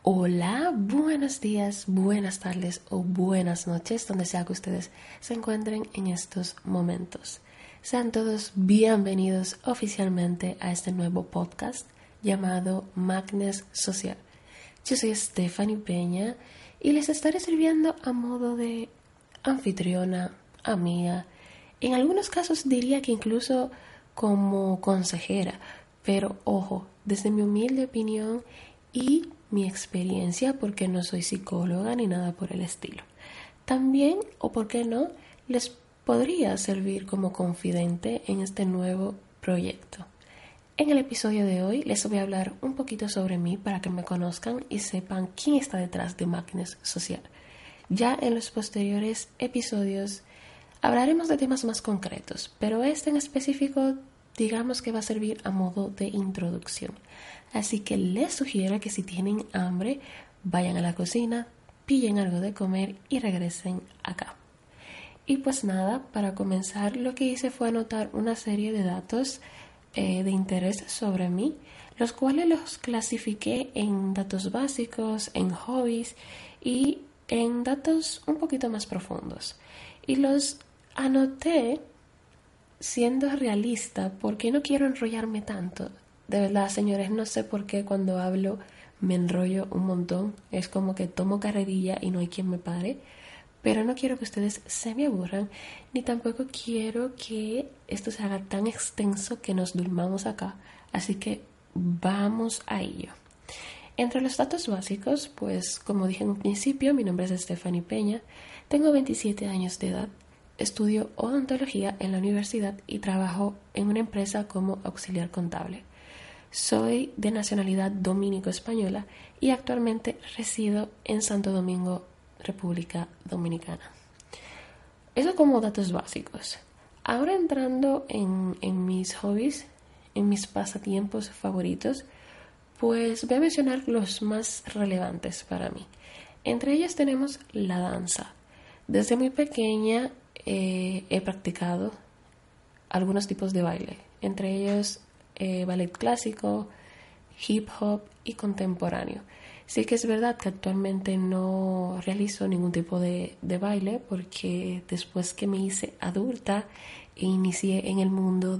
Hola, buenos días, buenas tardes o buenas noches, donde sea que ustedes se encuentren en estos momentos. Sean todos bienvenidos oficialmente a este nuevo podcast llamado Magnes Social. Yo soy Stephanie Peña y les estaré sirviendo a modo de anfitriona, amiga. En algunos casos diría que incluso como consejera, pero ojo, desde mi humilde opinión y mi experiencia, porque no soy psicóloga ni nada por el estilo. También, o por qué no, les podría servir como confidente en este nuevo proyecto. En el episodio de hoy les voy a hablar un poquito sobre mí para que me conozcan y sepan quién está detrás de Magnes Social. Ya en los posteriores episodios hablaremos de temas más concretos, pero este en específico digamos que va a servir a modo de introducción. Así que les sugiero que si tienen hambre, vayan a la cocina, pillen algo de comer y regresen acá. Y pues nada, para comenzar lo que hice fue anotar una serie de datos de interés sobre mí, los cuales los clasifiqué en datos básicos, en hobbies y en datos un poquito más profundos. Y los anoté siendo realista porque no quiero enrollarme tanto. De verdad, señores, no sé por qué cuando hablo me enrollo un montón. Es como que tomo carrerilla y no hay quien me pare. Pero no quiero que ustedes se me aburran, ni tampoco quiero que esto se haga tan extenso que nos durmamos acá. Así que vamos a ello. Entre los datos básicos, pues como dije en un principio, mi nombre es Stephanie Peña, tengo 27 años de edad, estudio odontología en la universidad y trabajo en una empresa como auxiliar contable. Soy de nacionalidad dominico-española y actualmente resido en Santo Domingo, República Dominicana. Eso como datos básicos. Ahora entrando en mis hobbies, en mis pasatiempos favoritos, pues voy a mencionar los más relevantes para mí. Entre ellos tenemos la danza. Desde muy pequeña he practicado algunos tipos de baile, entre ellos ballet clásico, hip hop y contemporáneo. Sí que es verdad que actualmente no realizo ningún tipo de baile porque después que me hice adulta e inicié en el mundo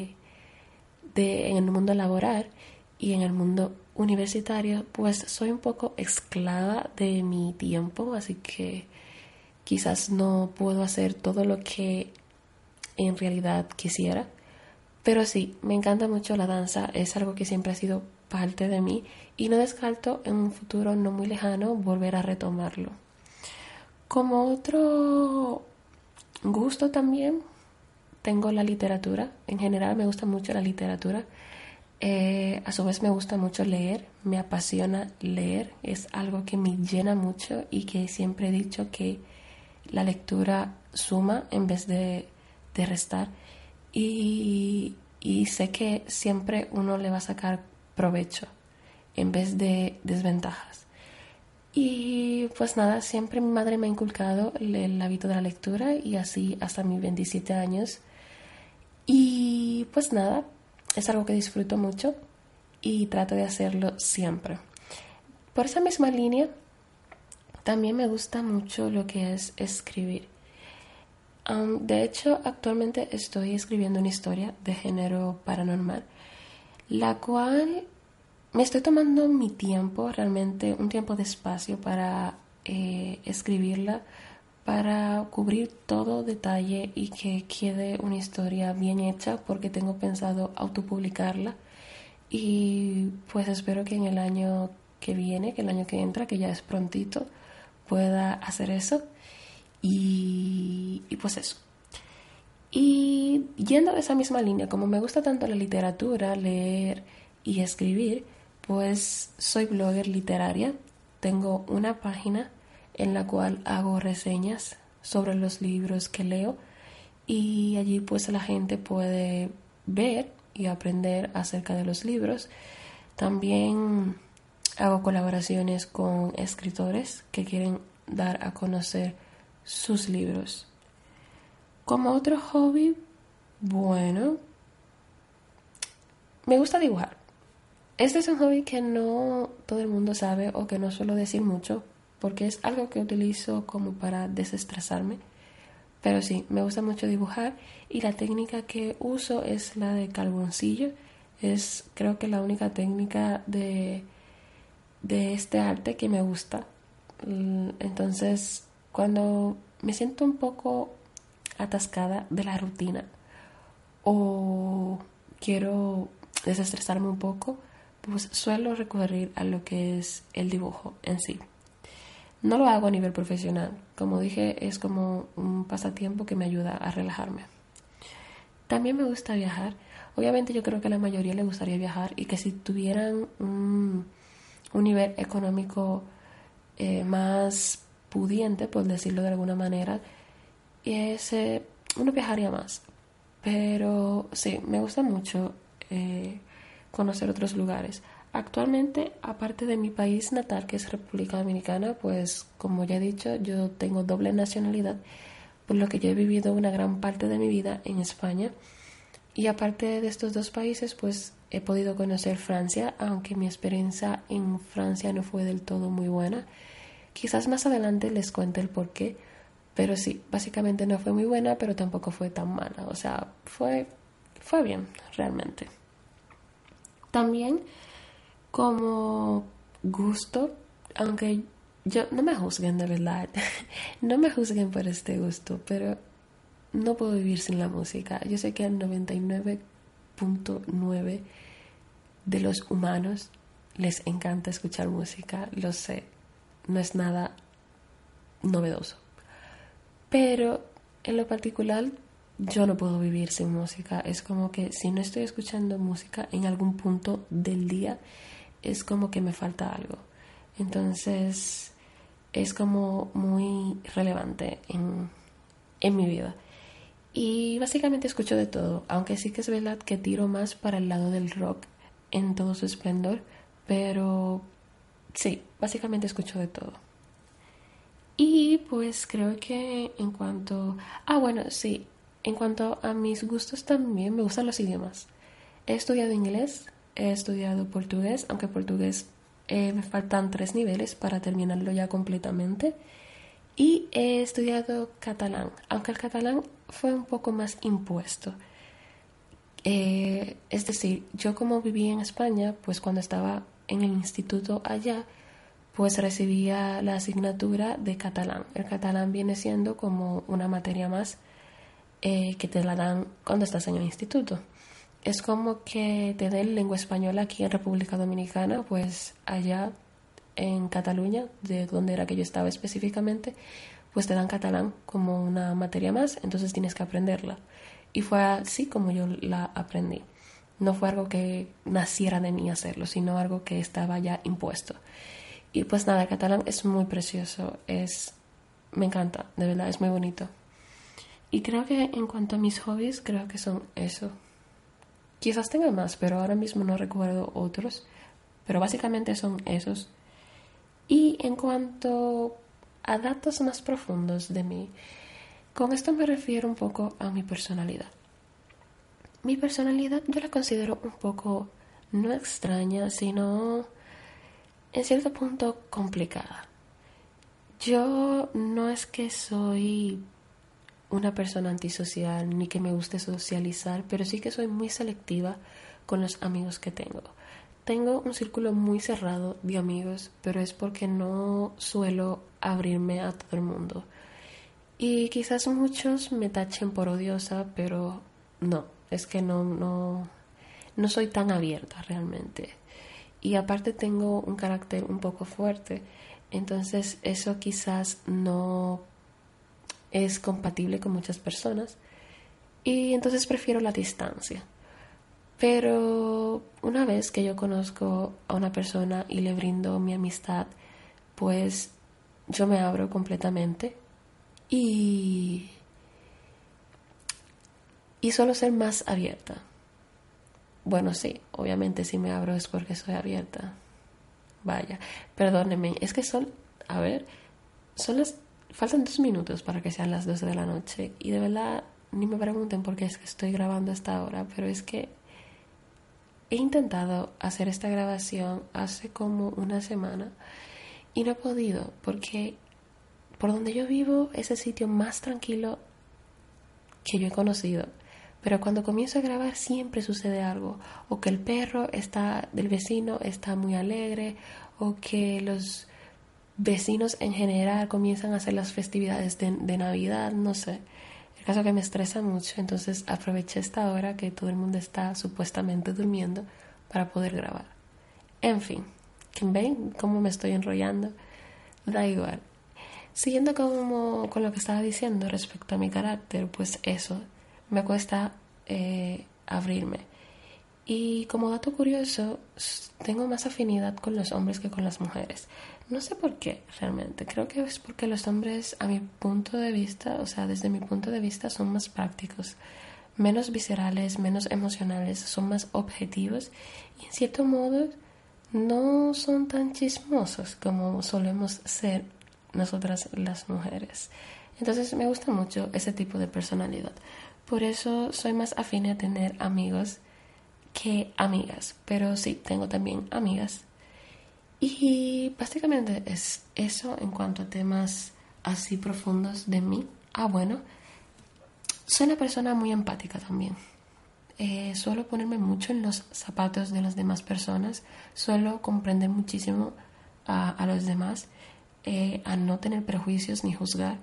en el mundo laboral y en el mundo universitario, pues soy un poco esclava de mi tiempo, así que quizás no puedo hacer todo lo que en realidad quisiera. Pero sí, me encanta mucho la danza, es algo que siempre ha sido parte de mí y no descarto en un futuro no muy lejano volver a retomarlo. Como otro gusto también tengo la literatura. En general me gusta mucho la literatura. A su vez me gusta mucho leer, me apasiona leer, es algo que me llena mucho y que siempre he dicho que la lectura suma en vez de restar y sé que siempre uno le va a sacar provecho en vez de desventajas. Y pues nada, siempre mi madre me ha inculcado el hábito de la lectura y así hasta mis 27 años. Y pues nada, es algo que disfruto mucho y trato de hacerlo siempre. Por esa misma línea, también me gusta mucho lo que es escribir. De hecho, actualmente estoy escribiendo una historia de género paranormal, la cual me estoy tomando mi tiempo, realmente un tiempo de espacio para escribirla, para cubrir todo detalle y que quede una historia bien hecha, porque tengo pensado autopublicarla y pues espero que en el año que viene, que el año que entra, que ya es prontito, pueda hacer eso y pues eso. Y yendo de esa misma línea, como me gusta tanto la literatura, leer y escribir, pues soy blogger literaria. Tengo una página en la cual hago reseñas sobre los libros que leo y allí pues la gente puede ver y aprender acerca de los libros. También hago colaboraciones con escritores que quieren dar a conocer sus libros. Como otro hobby, bueno, me gusta dibujar. Este es un hobby que no todo el mundo sabe o que no suelo decir mucho, porque es algo que utilizo como para desestresarme. Pero sí, me gusta mucho dibujar y la técnica que uso es la de carboncillo. Es creo que la única técnica de este arte que me gusta. Entonces, cuando me siento un poco atascada de la rutina o quiero desestresarme un poco, pues suelo recurrir a lo que es el dibujo en sí. No lo hago a nivel profesional. Como dije, es como un pasatiempo que me ayuda a relajarme. También me gusta viajar. Obviamente yo creo que a la mayoría le gustaría viajar y que si tuvieran un nivel económico más pudiente, por decirlo de alguna manera, uno viajaría más. Pero sí, me gusta mucho conocer otros lugares. Actualmente, aparte de mi país natal, que es República Dominicana, pues como ya he dicho, yo tengo doble nacionalidad, por lo que yo he vivido una gran parte de mi vida en España. Y aparte de estos dos países, pues he podido conocer Francia, aunque mi experiencia en Francia no fue del todo muy buena. Quizás más adelante les cuente el por qué, pero sí, básicamente no fue muy buena, pero tampoco fue tan mala. O sea, fue bien, realmente. También como gusto, aunque yo no me juzguen de verdad, no me juzguen por este gusto, pero no puedo vivir sin la música. Yo sé que al 99.9 de los humanos les encanta escuchar música, lo sé, no es nada novedoso. Pero en lo particular yo no puedo vivir sin música. Es como que si no estoy escuchando música en algún punto del día, es como que me falta algo. Entonces es como muy relevante en mi vida. Y básicamente escucho de todo, aunque sí que es verdad que tiro más para el lado del rock en todo su esplendor, pero sí, básicamente escucho de todo. Y pues creo que en cuanto... Ah, bueno, sí. En cuanto a mis gustos también me gustan los idiomas. He estudiado inglés, he estudiado portugués, aunque portugués me faltan 3 niveles para terminarlo ya completamente. Y he estudiado catalán, aunque el catalán fue un poco más impuesto. Es decir, yo como viví en España, pues cuando estaba en el instituto allá, pues recibía la asignatura de catalán. El catalán viene siendo como una materia más que te la dan cuando estás en el instituto. Es como que te den lengua española aquí en República Dominicana, pues allá en Cataluña, de donde era que yo estaba específicamente, pues te dan catalán como una materia más, entonces tienes que aprenderla. Y fue así como yo la aprendí. No fue algo que naciera de mí hacerlo, sino algo que estaba ya impuesto. Y pues nada, el catalán es muy precioso, me encanta, de verdad, es muy bonito. Y creo que en cuanto a mis hobbies, creo que son eso. Quizás tenga más, pero ahora mismo no recuerdo otros, pero básicamente son esos. Y en cuanto a datos más profundos de mí, con esto me refiero un poco a mi personalidad. Mi personalidad yo la considero un poco no extraña, sino en cierto punto complicada. Yo no es que soy una persona antisocial ni que me guste socializar, pero sí que soy muy selectiva con los amigos que tengo. Tengo un círculo muy cerrado de amigos, pero es porque no suelo abrirme a todo el mundo. Y quizás muchos me tachen por odiosa, pero no, es que no soy tan abierta realmente. Y aparte tengo un carácter un poco fuerte, entonces eso quizás no es compatible con muchas personas y entonces prefiero la distancia. Pero una vez que yo conozco a una persona y le brindo mi amistad, pues yo me abro completamente y, y suelo ser más abierta. Bueno, sí, obviamente si me abro es porque soy abierta. Vaya, perdónenme, es que a ver, faltan 2 minutos para que sean las 12 de la noche y de verdad ni me pregunten por qué es que estoy grabando a esta hora, pero es que he intentado hacer esta grabación hace como una semana y no he podido porque por donde yo vivo es el sitio más tranquilo que yo he conocido. Pero cuando comienzo a grabar siempre sucede algo. O que el perro del vecino está muy alegre, o que los vecinos en general comienzan a hacer las festividades de Navidad, no sé. El caso que me estresa mucho, entonces aproveché esta hora que todo el mundo está supuestamente durmiendo para poder grabar. En fin, ¿ven cómo me estoy enrollando? Da igual. Siguiendo con lo que estaba diciendo respecto a mi carácter, pues eso, me cuesta abrirme. Y como dato curioso, tengo más afinidad con los hombres que con las mujeres. No sé por qué realmente, creo que es porque los hombres a mi punto de vista, o sea, desde mi punto de vista son más prácticos, menos viscerales, menos emocionales, son más objetivos y en cierto modo no son tan chismosos como solemos ser nosotras las mujeres. Entonces me gusta mucho ese tipo de personalidad. Por eso soy más afín a tener amigos que amigas. Pero sí, tengo también amigas. Y básicamente es eso en cuanto a temas así profundos de mí. Bueno, soy una persona muy empática también. Suelo ponerme mucho en los zapatos de las demás personas. Suelo comprender muchísimo a los demás. A no tener prejuicios ni juzgar.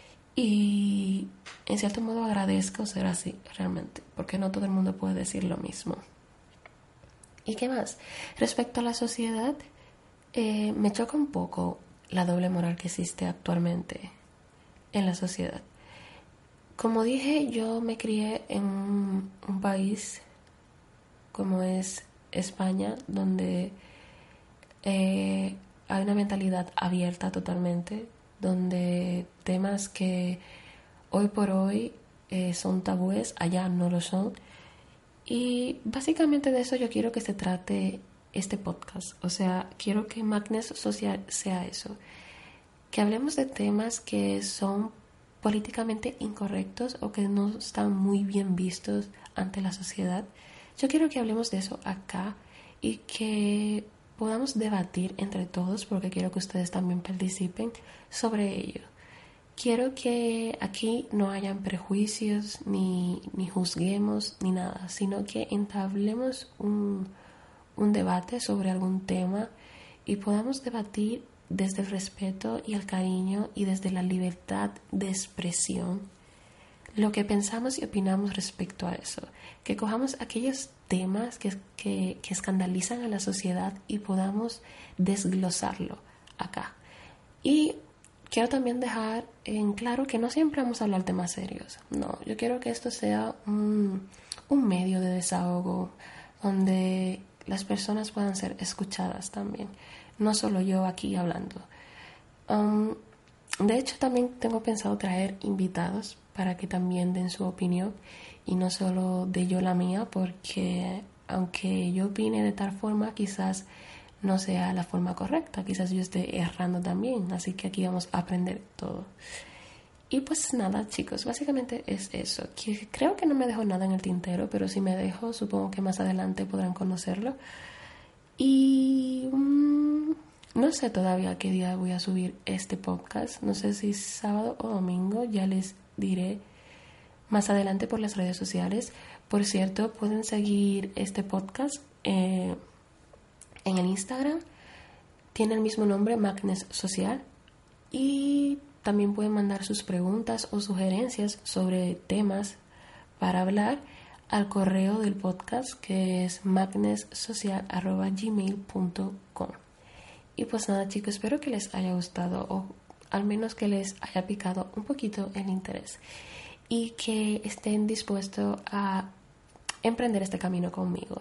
Y en cierto modo agradezco ser así realmente, porque no todo el mundo puede decir lo mismo. ¿Y qué más? Respecto a la sociedad, me choca un poco la doble moral que existe actualmente en la sociedad. Como dije, yo me crié en un país como es España, donde hay una mentalidad abierta totalmente, donde temas que hoy por hoy son tabúes, allá no lo son. Y básicamente de eso yo quiero que se trate este podcast. O sea, quiero que Madness Social sea eso. Que hablemos de temas que son políticamente incorrectos o que no están muy bien vistos ante la sociedad. Yo quiero que hablemos de eso acá y que podamos debatir entre todos, porque quiero que ustedes también participen sobre ello. Quiero que aquí no hayan prejuicios, ni juzguemos, ni nada, sino que entablemos un debate sobre algún tema y podamos debatir desde el respeto y el cariño y desde la libertad de expresión lo que pensamos y opinamos respecto a eso. Que cojamos aquellos temas que escandalizan a la sociedad y podamos desglosarlo acá. Y quiero también dejar en claro que no siempre vamos a hablar temas serios. No, yo quiero que esto sea un medio de desahogo donde las personas puedan ser escuchadas también. No solo yo aquí hablando. De hecho, también tengo pensado traer invitados para que también den su opinión y no solo de yo la mía, porque aunque yo opine de tal forma, quizás no sea la forma correcta, quizás yo esté errando también, así que aquí vamos a aprender todo. Y pues nada, chicos, básicamente es eso. Creo que no me dejo nada en el tintero, pero si me dejo, supongo que más adelante podrán conocerlo. Y no sé todavía qué día voy a subir este podcast, no sé si sábado o domingo, ya les diré más adelante por las redes sociales. Por cierto, pueden seguir este podcast en el Instagram, tiene el mismo nombre, Madness Social, y también pueden mandar sus preguntas o sugerencias sobre temas para hablar al correo del podcast, que es madnesssocial@gmail.com. Y pues nada, chicos, espero que les haya gustado o al menos que les haya picado un poquito el interés y que estén dispuestos a emprender este camino conmigo.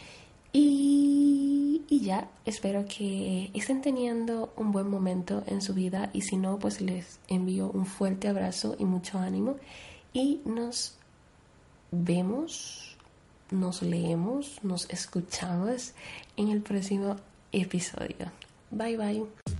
Y ya, espero que estén teniendo un buen momento en su vida y si no, pues les envío un fuerte abrazo y mucho ánimo y nos vemos, nos leemos, nos escuchamos en el próximo episodio. Bye bye.